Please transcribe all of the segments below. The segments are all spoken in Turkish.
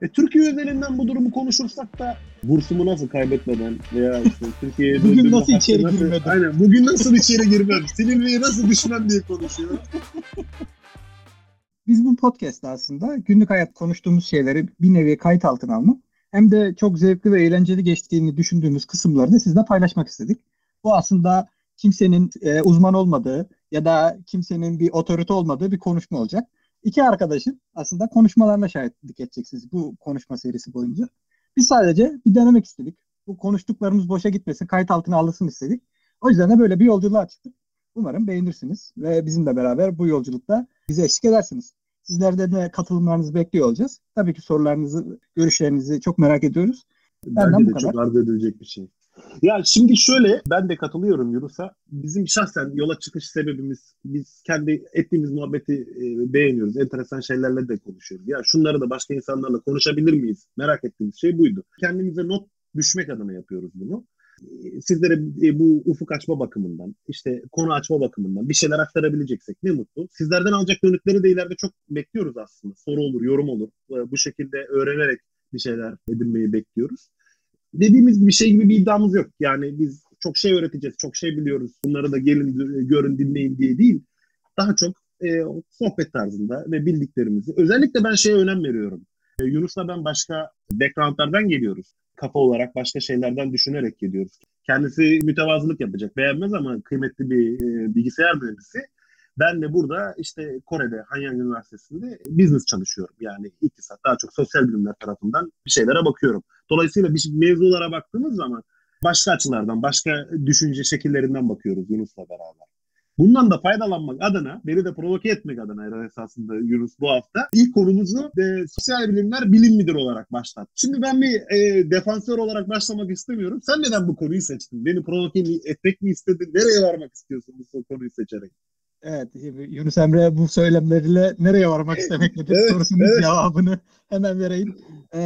Türkiye üzerinden bu durumu konuşursak da bursumu nasıl kaybetmeden veya işte Türkiye'ye Bugün döndüğümde nasıl içeri girmedim? Aynen, bugün nasıl içeri girmem, Silivri'ye nasıl düşmem diye konuşuyor. Biz bu podcast'ta aslında günlük hayat konuştuğumuz şeyleri bir nevi kayıt altına almak hem de çok zevkli ve eğlenceli geçtiğini düşündüğümüz kısımları da sizle paylaşmak istedik. Bu aslında kimsenin uzman olmadığı ya da kimsenin bir otorite olmadığı bir konuşma olacak. İki arkadaşın aslında konuşmalarına şahitlik edeceksiniz bu konuşma serisi boyunca. Biz sadece bir denemek istedik. Bu konuştuklarımız boşa gitmesin, kayıt altına alınsın istedik. O yüzden de böyle bir yolculuğa çıktık. Umarım beğenirsiniz ve bizimle beraber bu yolculukta bize eşlik edersiniz. Sizlerden de katılımlarınızı bekliyor olacağız. Tabii ki sorularınızı, görüşlerinizi çok merak ediyoruz. Benden Bence bu de kadar. çok arzu edilecek bir şey. Ya şimdi şöyle, ben de katılıyorum Yunus'a. Bizim şahsen yola çıkış sebebimiz, biz kendi ettiğimiz muhabbeti beğeniyoruz. Enteresan şeylerle de konuşuyoruz. Ya şunları da başka insanlarla konuşabilir miyiz? Merak ettiğimiz şey buydu. Kendimize not düşmek adına yapıyoruz bunu. Sizlere bu ufuk açma bakımından, işte konu açma bakımından bir şeyler aktarabileceksek ne mutlu. Sizlerden alacak dönütleri de ileride çok bekliyoruz aslında. Soru olur, yorum olur. Bu şekilde öğrenerek bir şeyler edinmeyi bekliyoruz. Dediğimiz gibi şey gibi bir iddiamız yok. Yani biz çok şey öğreteceğiz, çok şey biliyoruz. Bunları da gelin, görün, dinleyin diye değil. Daha çok sohbet tarzında ve bildiklerimizi. Özellikle ben şeye önem veriyorum. Yunus'la ben başka backgroundlardan geliyoruz. Kafa olarak başka şeylerden düşünerek geliyoruz. Kendisi mütevazılık yapacak, beğenmez ama kıymetli bir bilgisayar mühendisi. Ben de burada işte Kore'de Hanyang Üniversitesi'nde business çalışıyorum. Yani iktisat, daha çok sosyal bilimler tarafından bir şeylere bakıyorum. Dolayısıyla biz mevzulara baktığımız zaman başka açılardan, başka düşünce şekillerinden bakıyoruz Yunus'la beraber. Bundan da faydalanmak adına, beni de provoke etmek adına esasında Yunus bu hafta ilk konumuzu sosyal bilimler bilim midir olarak başlattı. Şimdi ben bir defansör olarak başlamak istemiyorum. Sen neden bu konuyu seçtin? Beni provoke etmek mi istedin? Nereye varmak istiyorsun bu konuyu seçerek? Evet, Yunus Emre bu söylemleriyle nereye varmak istemektedir Evet, sorusunun evet. cevabını hemen vereyim.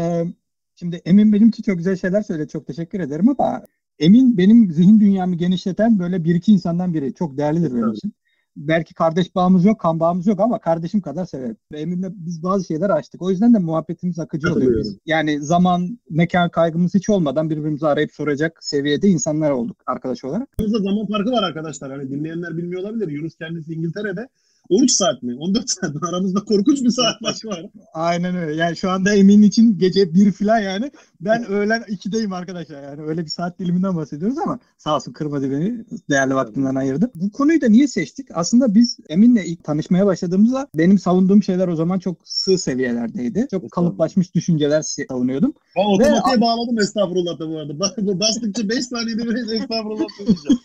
Şimdi Emin benim için çok güzel şeyler söyledi. Çok teşekkür ederim ama Emin benim zihin dünyamı genişleten böyle bir iki insandan biri. Çok değerlidir benim için. Belki kardeş bağımız yok, kan bağımız yok ama kardeşim kadar severim. Ve Emin'le biz bazı şeyler açtık. O yüzden de muhabbetimiz akıcı oluyor biz. Yani zaman, mekan kaygımız hiç olmadan birbirimizi arayıp soracak seviyede insanlar olduk arkadaş olarak. Aramızda zaman farkı var arkadaşlar. Hani dinleyenler bilmiyor olabilir. Yunus kendisi İngiltere'de. 13 saat mi? 14 saat mi? Aramızda korkunç bir saat farkı var. Aynen öyle. Yani şu anda Emin için gece 1 falan yani. Ben öğlen 2'deyim arkadaşlar. Yani öyle bir saat diliminden bahsediyoruz ama sağ olsun kırmadı beni. Değerli vaktinden ayırdı. Bu konuyu da niye seçtik? Aslında biz Emin'le ilk tanışmaya başladığımızda benim savunduğum şeyler o zaman çok sığ seviyelerdeydi. Çok kalıplaşmış düşünceler savunuyordum. Ben otomatiğe bağladım estağfurullah da bu arada. Bastıkça 5 saniyede bir estağfurullah söyleyeceğim.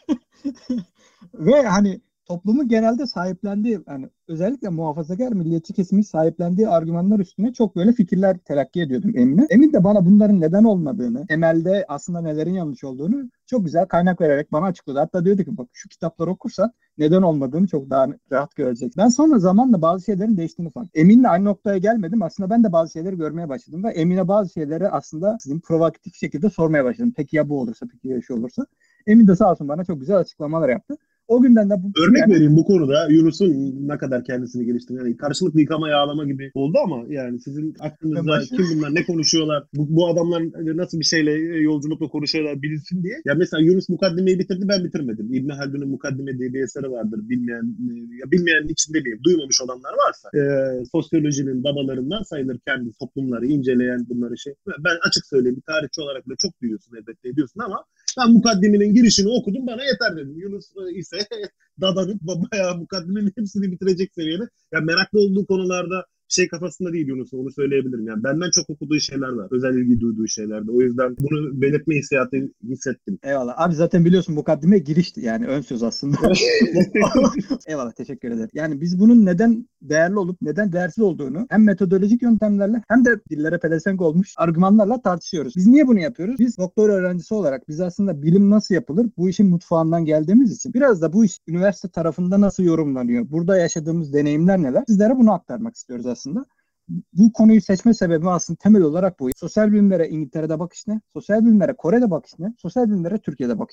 Ve hani toplumun genelde sahiplendiği, yani özellikle muhafazakar milliyetçi kesimin sahiplendiği argümanlar üstüne çok böyle fikirler telakki ediyordum Emin'e. Emin de bana bunların neden olmadığını, temelde aslında nelerin yanlış olduğunu çok güzel kaynak vererek bana açıkladı. Hatta diyordu ki bak şu kitapları okursan neden olmadığını çok daha rahat göreceksin. Ben sonra zamanla bazı şeylerin değiştiğini fark ettim. Emin'le aynı noktaya gelmedim. Aslında ben de bazı şeyleri görmeye başladım ve Emin'e bazı şeyleri aslında provokatif şekilde sormaya başladım. Peki ya bu olursa, peki ya şu olursa? Emin de sağ olsun bana çok güzel açıklamalar yaptı. O günden de bu örnek vereyim bu konuda Yunus'un ne kadar kendisini geliştirdi. Yani karşılıklı yıkama yağlama gibi oldu ama yani sizin aklınızda kim bunlar, ne konuşuyorlar, bu adamlar nasıl bir şeyle yolculukla konuşuyorlar bilinsin diye. Ya mesela Yunus mukaddimeyi bitirdi, ben bitirmedim. İbn Haldun'un Mukaddime diye bir eseri vardır. Bilmeyenin içinde miyim? Duymamış olanlar varsa. Sosyolojinin babalarından sayılır, kendi toplumları inceleyen bunları şey. Ben açık söyleyeyim, bir tarihçi olarak bile çok duyuyorsun, elbette ediyorsun ama ben mukaddiminin girişini okudum, bana yeter dedim. Yunus ise dadanıp bayağı mukaddimenin hepsini bitirecek seviyede. Yani meraklı olduğu konularda şey kafasında değil Yunus'un, onu söyleyebilirim. Yani benden çok okuduğu şeyler var. Özel ilgi duyduğu şeylerde. O yüzden bunu belirtme hissiyatı hissettim. Eyvallah. Abi zaten biliyorsun mukaddime girişti. Yani ön söz aslında. Eyvallah, teşekkür ederim. Yani biz bunun neden değerli olup neden değersiz olduğunu hem metodolojik yöntemlerle hem de dillere pelesenk olmuş argümanlarla tartışıyoruz. Biz niye bunu yapıyoruz? Biz doktor öğrencisi olarak biz aslında bilim nasıl yapılır bu işin mutfağından geldiğimiz için biraz da bu iş üniversite tarafında nasıl yorumlanıyor? Burada yaşadığımız deneyimler neler? Sizlere bunu aktarmak istiyoruz aslında. Bu konuyu seçme sebebi aslında temel olarak bu. Sosyal bilimlere İngiltere'de bakış ne? Sosyal bilimlere Kore'de bakış ne? Sosyal bilimlere Türkiye'de bakış ne?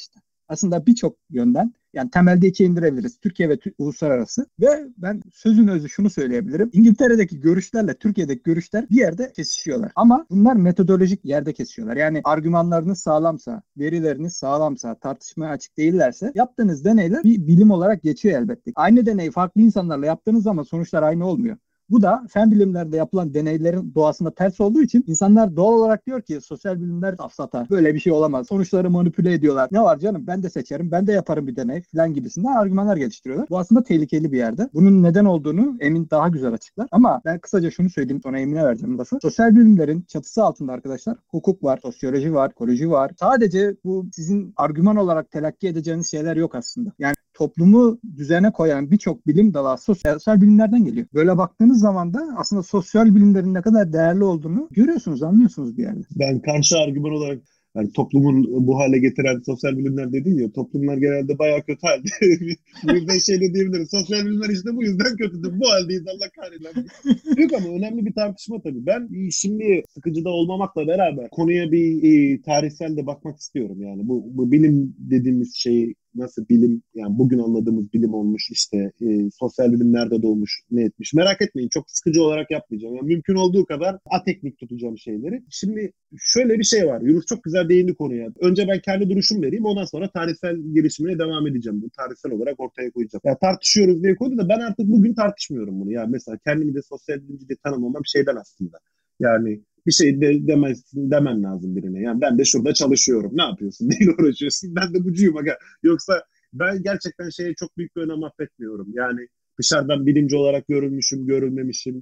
aslında birçok yönden, yani temelde ikiye indirebiliriz. Türkiye ve uluslararası. Ve ben sözün özü şunu söyleyebilirim. İngiltere'deki görüşlerle Türkiye'deki görüşler bir yerde kesişiyorlar. Ama bunlar metodolojik yerde kesişiyorlar. Yani argümanlarınız sağlamsa, verileriniz sağlamsa, tartışmaya açık değillerse yaptığınız deneyler bir bilim olarak geçiyor elbette. Aynı deneyi farklı insanlarla yaptığınız zaman sonuçlar aynı olmuyor. Bu da fen bilimlerde yapılan deneylerin doğasında ters olduğu için insanlar doğal olarak diyor ki sosyal bilimler safsata. Böyle bir şey olamaz. Sonuçları manipüle ediyorlar. Ne var canım, ben de seçerim, ben de yaparım bir deney falan gibisinden argümanlar geliştiriyorlar. Bu aslında tehlikeli bir yerde. Bunun neden olduğunu Emin daha güzel açıklar. Ama ben kısaca şunu söyleyeyim, sonra Emin'e vereceğim lafı. Sosyal bilimlerin çatısı altında arkadaşlar hukuk var, sosyoloji var, ekoloji var. Sadece bu sizin argüman olarak telakki edeceğiniz şeyler yok aslında. Yani toplumu düzene koyan birçok bilim dalı sosyal bilimlerden geliyor. Böyle baktığınız zaman da aslında sosyal bilimlerin ne kadar değerli olduğunu görüyorsunuz, anlıyorsunuz bir yerde. Ben karşı argüman olarak yani toplumun bu hale getiren sosyal bilimler dedin ya, toplumlar genelde bayağı kötü halde. Bu yüzden şey de diyebiliriz. Sosyal bilimler işte bu yüzden kötüdür. Bu haldeyiz, Allah kahretsin. Yok ama önemli bir tartışma tabii. Ben şimdi sıkıcıda olmamakla beraber konuya bir tarihsel de bakmak istiyorum. Yani bu bilim dediğimiz şey nasıl bilim, yani bugün anladığımız bilim olmuş, işte sosyal bilim nerede doğmuş, ne etmiş. Merak etmeyin, çok sıkıcı olarak yapmayacağım. Yani mümkün olduğu kadar ateknik tutacağım şeyleri. Şimdi şöyle bir şey var. Yunus çok güzel değindi konuya. Önce ben kendi duruşum vereyim, ondan sonra tarihsel gelişimine devam edeceğim. Bu tarihsel olarak ortaya koyacağım. Ya tartışıyoruz diye koydu da ben artık bugün tartışmıyorum bunu. Yani mesela kendimi de sosyal bilimci diye tanımlamam şeyden aslında. Yani bir şey demen lazım birine. Yani ben de şurada çalışıyorum. Ne yapıyorsun? Neyle uğraşıyorsun? Ben de bucuyum aga. Yoksa ben gerçekten şeye çok büyük bir önem atfetmiyorum. Yani dışarıdan bilimci olarak görülmüşüm, görülmemişim,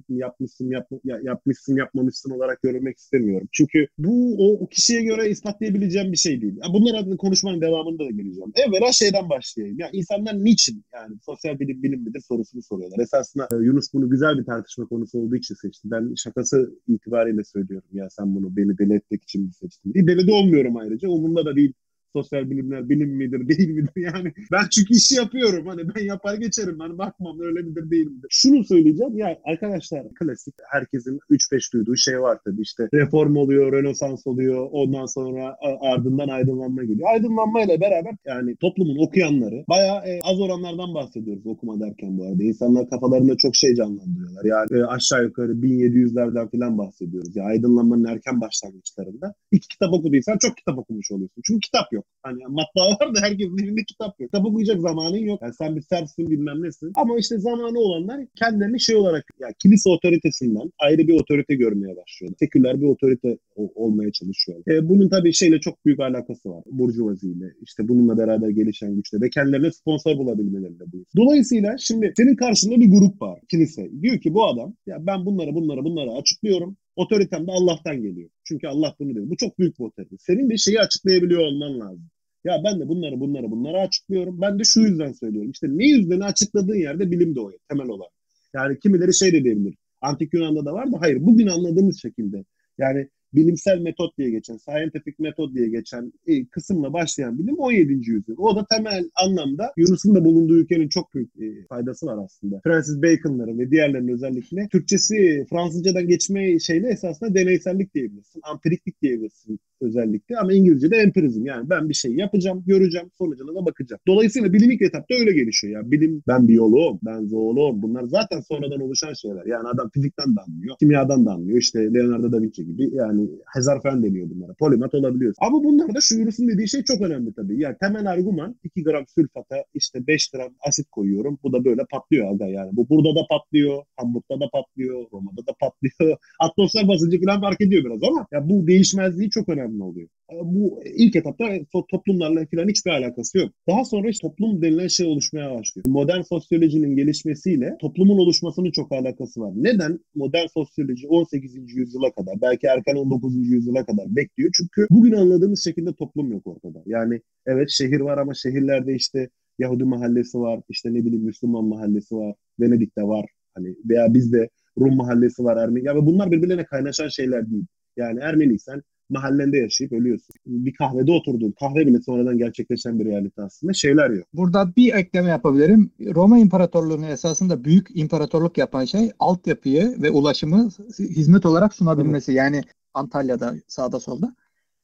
yapmışsın, yapmamışsın olarak görülmek istemiyorum. Çünkü bu o kişiye göre ispatlayabileceğim bir şey değil. Ya bunlar adına konuşmanın devamında da geleceğim. Evvela şeyden başlayayım. Ya insanlar niçin, yani sosyal bilim midir sorusunu soruyorlar. Esasında Yunus bunu güzel bir tartışma konusu olduğu için seçti. Ben şakası itibariyle söylüyorum. Ya sen bunu beni deli etmek için mi seçtin diye. Deli de olmuyorum ayrıca. Umurumda da değil. Sosyal bilimler bilim midir değil midir yani, ben çünkü işi yapıyorum, hani ben yapar geçerim, hani bakmam öyle midir değil midir. Şunu söyleyeceğim ya arkadaşlar, klasik herkesin 3-5 duyduğu şey var tabii, işte reform oluyor, rönesans oluyor, ondan sonra ardından aydınlanma geliyor. Aydınlanmayla beraber yani toplumun okuyanları bayağı az oranlardan bahsediyoruz okuma derken bu arada. İnsanlar kafalarında çok şey canlandırıyorlar. Yani aşağı yukarı 1700'lerden falan bahsediyoruz. Ya aydınlanmanın erken başlangıçlarında 2 kitap okuduysan çok kitap okumuş oluyorsun. Çünkü kitap yok. Hani matbaa var da herkesin elinde kitap yok. Kitap okuyacak zamanın yok. Yani sen bir sersin, bilmem nesin. Ama işte zamanı olanlar kendilerini şey olarak, ya kilise otoritesinden ayrı bir otorite görmeye başlıyor. Seküler bir otorite olmaya çalışıyor. Bunun tabii şeyle çok büyük alakası var. Burjuvaziyle, işte bununla beraber gelişen güçle ve kendilerine sponsor bulabilmeleriyle bu. Dolayısıyla şimdi senin karşında bir grup var, kilise. Diyor ki bu adam, ya ben bunları açıklıyorum. Otoritem de Allah'tan geliyor. Çünkü Allah bunu diyor. Bu çok büyük bir otorite. Senin de şeyi açıklayabiliyor olman lazım. Ya ben de bunları açıklıyorum. Ben de şu yüzden söylüyorum. İşte ne yüzden açıkladığın yerde bilim doğuyor temel olarak. Yani kimileri şey de diyebilir. Antik Yunan'da da var da hayır. Bugün anladığımız şekilde. Yani bilimsel metot diye geçen, scientific metot diye geçen kısımla başlayan bilim 17. yüzyıl. O da temel anlamda Yunus'un da bulunduğu ülkenin çok büyük faydası var aslında. Francis Bacon'ların ve diğerlerinin özellikle Türkçesi Fransızcadan geçme şeyle esasında deneysellik diyebilirsin, empiriklik diyebilirsin özellikle, ama İngilizce'de empirizm, yani ben bir şey yapacağım, göreceğim, sonucuna da bakacağım. Dolayısıyla bilim ilk etapta öyle gelişiyor. Yani bilim, ben biyoloğum, ben zooloğum, bunlar zaten sonradan oluşan şeyler. Yani adam fizikten de anlıyor, kimyadan da anlıyor, işte Leonardo da Vinci gibi, yani hezarfen deniyor bunlara, polimat olabiliyor. Ama bunlarda şu Yunus'un dediği şey çok önemli tabii. Yani temel argüman 2 gram sülfata işte 5 gram asit koyuyorum, bu da böyle patlıyor aga yani. Bu burada da patlıyor, Hamburg'da da patlıyor, Roma'da da patlıyor. Atmosfer basıncı falan fark ediyor biraz ama ya bu değişmezliği çok önemli oluyor. Bu ilk etapta toplumlarla falan hiçbir alakası yok. Daha sonra işte toplum denilen şey oluşmaya başlıyor. Modern sosyolojinin gelişmesiyle toplumun oluşmasının çok alakası var. Neden modern sosyoloji 18. yüzyıla kadar, belki erken 19. yüzyıla kadar bekliyor? Çünkü bugün anladığımız şekilde toplum yok ortada. Yani evet, şehir var ama şehirlerde işte Yahudi mahallesi var, işte ne bileyim Müslüman mahallesi var, Venedik'te var. Hani veya bizde Rum mahallesi var, Ermeni. Ya bunlar birbirlerine kaynaşan şeyler değil. Yani Ermeniysen mahallende yaşayıp ölüyorsun. Bir kahvede oturduğun, kahve bile sonradan gerçekleşen bir realite aslında. Şeyler yok. Burada bir ekleme yapabilirim. Roma İmparatorluğu'nun esasında büyük imparatorluk yapan şey altyapıyı ve ulaşımı hizmet olarak sunabilmesi. Yani Antalya'da sağda solda.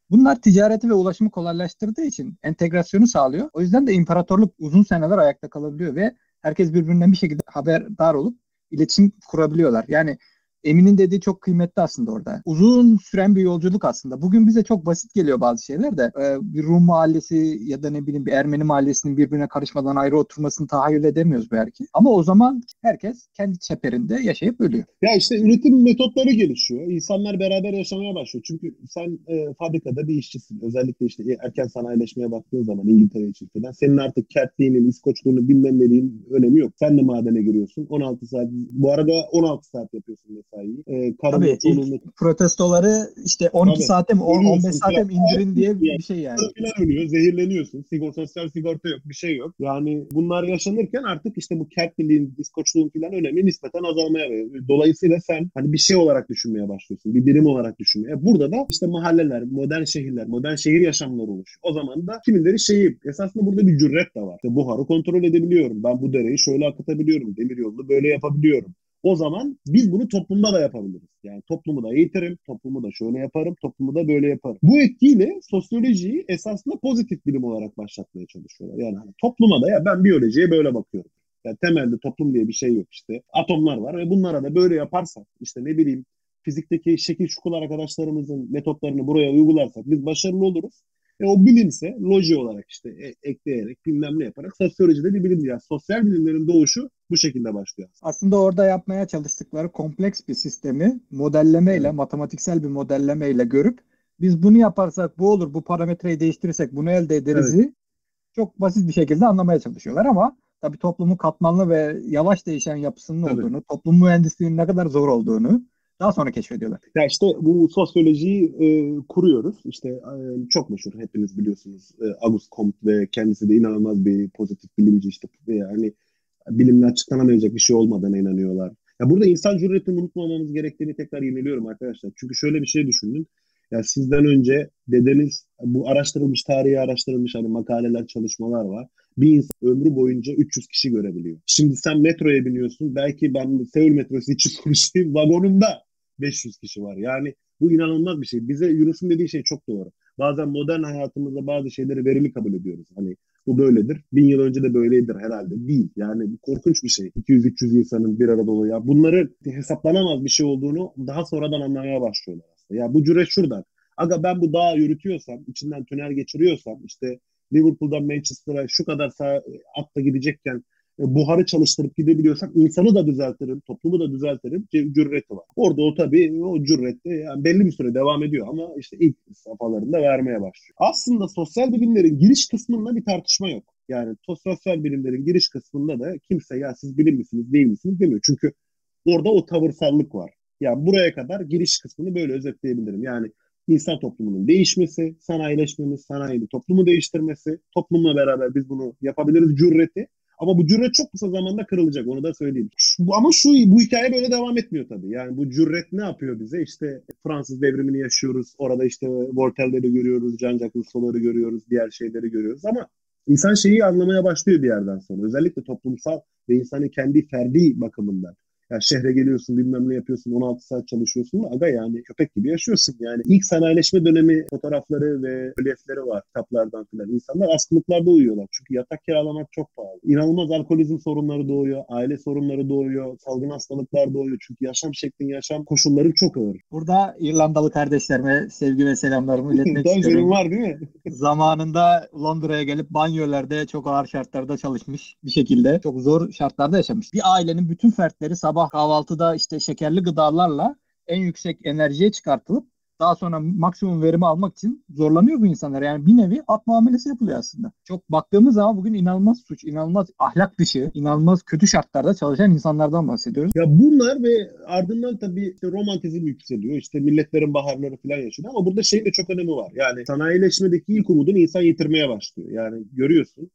Bunlar ticareti ve ulaşımı kolaylaştırdığı için entegrasyonu sağlıyor. O yüzden de imparatorluk uzun seneler ayakta kalabiliyor ve herkes birbirinden bir şekilde haberdar olup iletişim kurabiliyorlar. Yani Emin'in dediği çok kıymetli aslında orada. Uzun süren bir yolculuk aslında. Bugün bize çok basit geliyor bazı şeyler de. Bir Rum mahallesi ya da ne bileyim bir Ermeni mahallesinin birbirine karışmadan ayrı oturmasını tahayyül edemiyoruz belki. Ama o zaman herkes kendi çeperinde yaşayıp ölüyor. Ya işte üretim metotları gelişiyor. İnsanlar beraber yaşamaya başlıyor. Çünkü sen fabrikada bir işçisin. Özellikle işte erken sanayileşmeye baktığın zaman İngiltere için falan. Senin artık kertliğinin, İskoçluğunu bilmem nelerin önemi yok. Sen de madene giriyorsun. 16 saat. Bu arada 16 saat yapıyorsun mesaiyi. Karınla, Tabii ilk çoluğunla. protestoları işte 12 Tabii. saate mi 15 Ölüyorsun saate falan. mi indirin diye bir şey yani. Falan ölüyor, zehirleniyorsun. Sosyal sigorta yok, bir şey yok. Yani bunlar yaşanırken artık işte bu kertliliğin, İskoçluğun falan önemi nispeten azalmaya başlıyor. Dolayısıyla sen hani bir şey olarak düşünmeye başlıyorsun. Bir birim olarak düşünmeye. Burada da işte mahalleler, modern şehirler, modern şehir yaşamları oluşuyor. O zaman da kimileri şeyi, esasında burada bir cüret de var. İşte buharı kontrol edebiliyorum. Ben bu dereyi şöyle akıtabiliyorum. Demir yolunu böyle yapabiliyorum. O zaman biz bunu toplumda da yapabiliriz. Yani toplumu da eğitirim, toplumu da şöyle yaparım, toplumu da böyle yaparım. Bu etkiyle sosyolojiyi esasında pozitif bilim olarak başlatmaya çalışıyorlar. Yani hani topluma da ya ben biyolojiye böyle bakıyorum. Yani temelde toplum diye bir şey yok işte. Atomlar var ve bunlara da böyle yaparsak işte ne bileyim fizikteki şekil şukul arkadaşlarımızın metotlarını buraya uygularsak biz başarılı oluruz. O bilimse loji olarak işte ekleyerek bilmem ne yaparak sosyolojide bir bilim. Yani sosyal bilimlerin doğuşu bu şekilde başlıyor. Aslında orada yapmaya çalıştıkları kompleks bir sistemi modellemeyle, Evet, matematiksel bir modellemeyle görüp biz bunu yaparsak bu olur, bu parametreyi değiştirirsek bunu elde evet, ederiz'i çok basit bir şekilde anlamaya çalışıyorlar ama tabii toplumun katmanlı ve yavaş değişen yapısının tabii. olduğunu, toplum mühendisliğinin ne kadar zor olduğunu daha sonra keşfediyorlar. Ya işte bu sosyolojiyi kuruyoruz. İşte çok meşhur hepiniz biliyorsunuz. Auguste Comte ve kendisi de inanılmaz bir pozitif bilimci işte. Yani bilimle açıklanamayacak bir şey olmadığına inanıyorlar. Ya burada insan cüretini unutmamamız gerektiğini tekrar yeniliyorum arkadaşlar. Çünkü şöyle bir şey düşünün. Ya sizden önce dedeniz bu araştırılmış, tarihi araştırılmış hani makaleler, çalışmalar var. Bir insan ömrü boyunca 300 kişi görebiliyor. Şimdi sen metroya biniyorsun. Belki ben Seul metrosu için konuşayım. Vagonumda 500 kişi var. Yani bu inanılmaz bir şey. Bize Yunus'un dediği şey çok doğru. Bazen modern hayatımızda bazı şeyleri verili kabul ediyoruz. Hani bu böyledir. 1000 yıl önce de böyleydir herhalde. Değil. Yani bu korkunç bir şey. 200-300 insanın bir arada oluyor. Ya bunları hesaplanamaz bir şey olduğunu daha sonradan anlamaya başlıyorlar aslında. Ya bu cüret şuradan. Aga ben bu dağı yürütüyorsam, içinden tünel geçiriyorsam, işte Liverpool'dan Manchester'a şu kadar sağ atla gidecekken buharı çalıştırıp gidebiliyorsam insanı da düzeltirim, toplumu da düzeltirim. Cürreti var. Orada o tabii o cürrette yani belli bir süre devam ediyor ama işte ilk safhalarında vermeye başlıyor. Aslında sosyal bilimlerin giriş kısmında bir tartışma yok. Yani sosyal bilimlerin giriş kısmında da kimse ya siz bilim misiniz değil misiniz demiyor. Çünkü orada o tavırsallık var. Yani buraya kadar giriş kısmını böyle özetleyebilirim. Yani insan toplumunun değişmesi, sanayileşmemiz, sanayinin toplumu değiştirmesi, toplumla beraber biz bunu yapabiliriz cürreti. Ama bu cüret çok kısa zamanda kırılacak onu da söyleyeyim. Ama bu hikaye böyle devam etmiyor tabii. Yani bu cüret ne yapıyor bize? İşte Fransız devrimini yaşıyoruz. Orada işte Voltaire'leri görüyoruz, Jean-Jacques Rousseau'ları görüyoruz, diğer şeyleri görüyoruz. Ama insan şeyi anlamaya başlıyor bir yerden sonra. Özellikle toplumsal ve insanın kendi ferdi bakımından. Ya şehre geliyorsun bilmem ne yapıyorsun 16 saat çalışıyorsun da aga yani köpek gibi yaşıyorsun. Yani ilk sanayileşme dönemi fotoğrafları ve rölyefleri var kitaplardan filan. İnsanlar askılıklarda uyuyorlar. Çünkü yatak kiralamak çok pahalı. İnanılmaz alkolizm sorunları doğuyor. Aile sorunları doğuyor. Salgın hastalıklar doğuyor. Çünkü yaşam şeklin, yaşam koşulları çok ağır. Burada İrlandalı kardeşlerime sevgi ve selamlarımı iletmek Tabii senin istiyorum. var değil mi? Zamanında Londra'ya gelip banyolerde çok ağır şartlarda çalışmış bir şekilde çok zor şartlarda yaşamış. Bir ailenin bütün fertleri sabah kahvaltıda işte şekerli gıdalarla en yüksek enerjiye çıkartılıp daha sonra maksimum verimi almak için zorlanıyor bu insanlar. Yani bir nevi at muamelesi yapılıyor aslında. Çok baktığımız zaman bugün inanılmaz suç, inanılmaz ahlak dışı, inanılmaz kötü şartlarda çalışan insanlardan bahsediyoruz. Ya bunlar ve ardından tabii işte romantizm yükseliyor. İşte milletlerin baharları falan yaşanıyor ama burada şeyin de çok önemi var. Yani sanayileşmedeki ilk umudunu insan yitirmeye başlıyor. Yani görüyorsun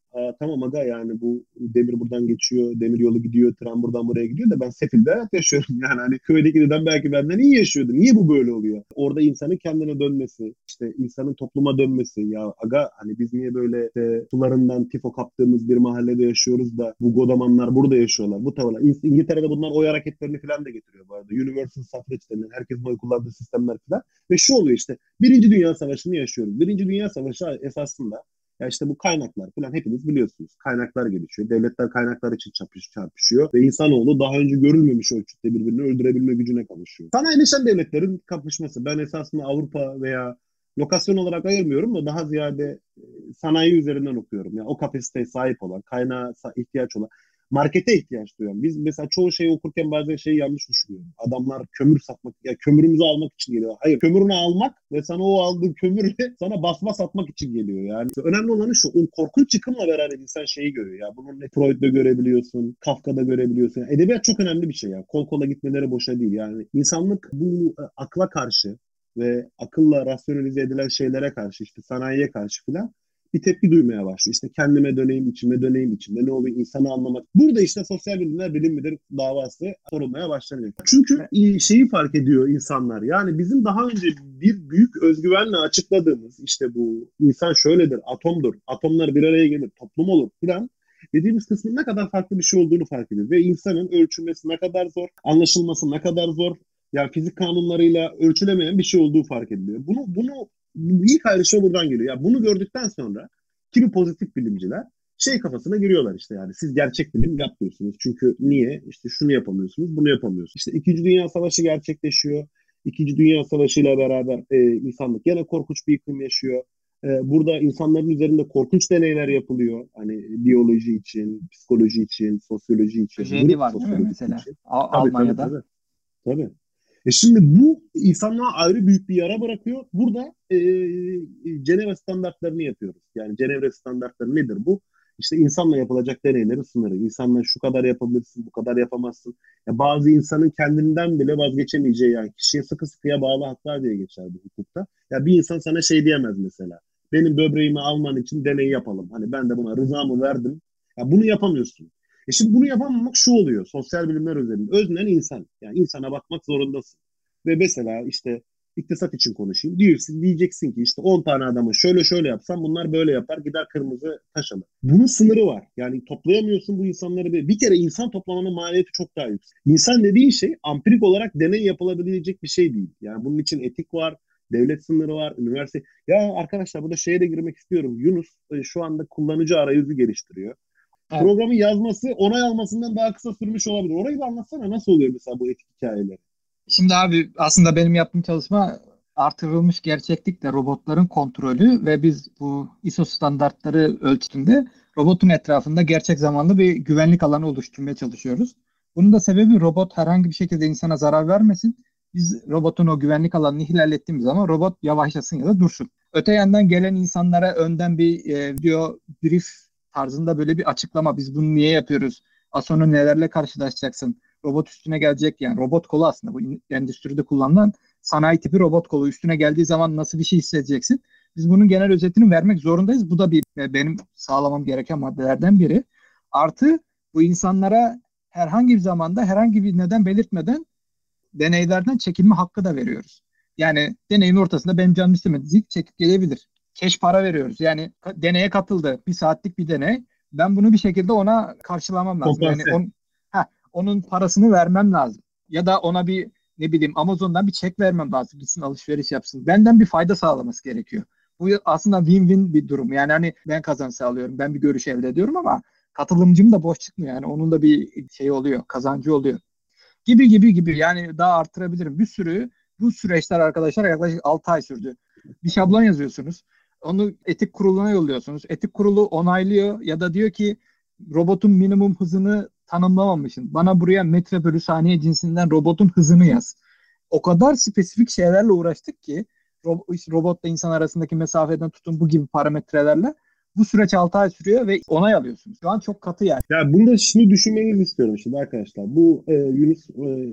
Tamam aga yani bu demir buradan geçiyor, demir yolu gidiyor, tren buradan buraya gidiyor da ben sefil bir hayat yaşıyorum. Yani hani köydeki dedem belki benden iyi yaşıyordu. Niye bu böyle oluyor? Orada insanın kendine dönmesi, işte insanın topluma dönmesi. Ya aga hani biz niye böyle sularından tifo kaptığımız bir mahallede yaşıyoruz da bu godamanlar burada yaşıyorlar. Bu tavırlar. İngiltere'de bunlar oy hareketlerini falan da getiriyor bu arada. Universal suffrage denilen herkesin oy kullandığı sistemler falan. Ve şu oluyor işte Birinci Dünya Savaşı'nı yaşıyoruz. Birinci Dünya Savaşı esasında ya işte bu kaynaklar falan hepiniz biliyorsunuz. Kaynaklar gelişiyor. Devletler kaynaklar için çarpışıyor. Ve insanoğlu daha önce görülmemiş ölçütte birbirini öldürebilme gücüne kavuşuyor. Sanayileşen devletlerin kapışması. Ben esasında Avrupa veya lokasyon olarak ayırmıyorum da daha ziyade sanayi üzerinden okuyorum. Yani o kapasiteye sahip olan, kaynağa ihtiyaç olan, markete ihtiyaç duyan. Biz mesela çoğu şeyi okurken bazen şeyi yanlış düşünüyorum. Adamlar kömür satmak, ya kömürümüzü almak için geliyor. Hayır, kömürünü almak ve sana o aldığı kömürle sana basma satmak için geliyor yani. Önemli olanı şu, o korkunç çıkımla beraber insan şeyi görüyor ya. Bunu Freud'da görebiliyorsun, Kafka'da görebiliyorsun. Yani edebiyat çok önemli bir şey ya. Kol kola gitmeleri boşa değil yani. İnsanlık bu akla karşı ve akılla rasyonalize edilen şeylere karşı, işte sanayiye karşı filan bir tepki duymaya başlıyor. İşte kendime döneyim, içime döneyim, içimde ne oluyor insanı anlamak. Burada işte sosyal bilimler bilim midir davası sorulmaya başlanıyor. Çünkü şeyi fark ediyor insanlar. Yani bizim daha önce bir büyük özgüvenle açıkladığımız işte bu insan şöyledir, atomdur, atomlar bir araya gelir, toplum olur filan dediğimiz kısmın ne kadar farklı bir şey olduğunu fark ediyoruz. Ve insanın ölçülmesi ne kadar zor, anlaşılması ne kadar zor. Yani fizik kanunlarıyla ölçülemeyen bir şey olduğu fark ediliyor. Bunu ilk ayrışma buradan geliyor. Ya bunu gördükten sonra kimi pozitif bilimciler şey kafasına giriyorlar işte yani siz gerçek bilim yapmıyorsunuz. Çünkü niye? İşte şunu yapamıyorsunuz, bunu yapamıyorsunuz. İşte İkinci Dünya Savaşı gerçekleşiyor. İkinci Dünya Savaşı ile beraber insanlık yine korkunç bir yıkım yaşıyor. Burada insanların üzerinde korkunç deneyler yapılıyor. Hani biyoloji için, psikoloji için, sosyoloji için, Jeni grup var değil mi sosyolojisi mesela? için. Tabii Almanya'da. tabii. Tabii. Şimdi bu insanlığa ayrı büyük bir yara bırakıyor. Burada Cenevre standartlarını yapıyoruz. Yani Cenevre standartları nedir bu? İşte insanla yapılacak deneylerin sınırı. İnsanla şu kadar yapabilirsin, bu kadar yapamazsın. Ya bazı insanın kendinden bile vazgeçemeyeceği yani kişiye sıkı sıkıya bağlı haklar diye geçer bu hukukta. Ya bir insan sana şey diyemez mesela. Benim böbreğimi alman için deney yapalım. Hani ben de buna rızamı verdim. Ya bunu yapamıyorsun. Şimdi bunu yapamamak şu oluyor sosyal bilimler özelinde. Öznen insan. Yani insana bakmak zorundasın. Ve mesela işte iktisat için konuşayım. Diyeceksin ki işte 10 tane adamı şöyle şöyle yapsam bunlar böyle yapar gider kırmızı taş alır. Bunun sınırı var. Yani toplayamıyorsun bu insanları. Bir kere insan toplamanın maliyeti çok daha yüksek. İnsan dediğin şey ampirik olarak deney yapılabilecek bir şey değil. Yani bunun için etik var, devlet sınırı var, üniversite. Ya arkadaşlar burada şeye de girmek istiyorum. Yunus şu anda kullanıcı arayüzü geliştiriyor. Evet. Programı yazması onay almasından daha kısa sürmüş olabilir. Orayı bir anlatsana nasıl oluyor mesela bu etik hikayeleri? Şimdi abi aslında benim yaptığım çalışma artırılmış gerçeklikle robotların kontrolü ve biz bu ISO standartları ölçütünde robotun etrafında gerçek zamanlı bir güvenlik alanı oluşturmaya çalışıyoruz. Bunun da sebebi robot herhangi bir şekilde insana zarar vermesin. Biz robotun o güvenlik alanını ihlal ettiğimiz zaman robot yavaşlasın ya da dursun. Öte yandan gelen insanlara önden bir video brief tarzında böyle bir açıklama. Biz bunu niye yapıyoruz? Az sonra nelerle karşılaşacaksın? Robot üstüne gelecek yani robot kolu aslında bu endüstride kullanılan sanayi tipi robot kolu üstüne geldiği zaman nasıl bir şey hissedeceksin? Biz bunun genel özetini vermek zorundayız. Bu da benim sağlamam gereken maddelerden biri. Artı bu insanlara herhangi bir zamanda herhangi bir neden belirtmeden deneylerden çekilme hakkı da veriyoruz. Yani deneyin ortasında benim canım istemedi deyip çekip gelebilir. Keş para veriyoruz. Yani deneye katıldı. Bir saatlik bir deney. Ben bunu bir şekilde ona karşılamam lazım. Yani Kompanse. onun parasını vermem lazım. Ya da ona bir ne bileyim Amazon'dan bir çek vermem lazım. Gitsin alışveriş yapsın. Benden bir fayda sağlaması gerekiyor. Bu aslında win-win bir durum. Yani hani ben kazanç sağlıyorum. Ben bir görüş elde ediyorum ama katılımcım da boş çıkmıyor. Yani onun da bir şey oluyor. Kazancı oluyor. Gibi yani daha artırabilirim. Bir sürü bu süreçler arkadaşlar yaklaşık 6 ay sürdü. Bir şablon yazıyorsunuz. Onu etik kuruluna yolluyorsunuz. Etik kurulu onaylıyor ya da diyor ki robotun minimum hızını tanımlamamışsın. Bana buraya metre bölü saniye cinsinden robotun hızını yaz. O kadar spesifik şeylerle uğraştık ki robotla insan arasındaki mesafeden tutun bu gibi parametrelerle bu süreç 6 ay sürüyor ve onay alıyorsunuz. Şu an çok katı yani. Ya bunda şunu düşünmenizi istiyorum şimdi arkadaşlar. Bu Yunus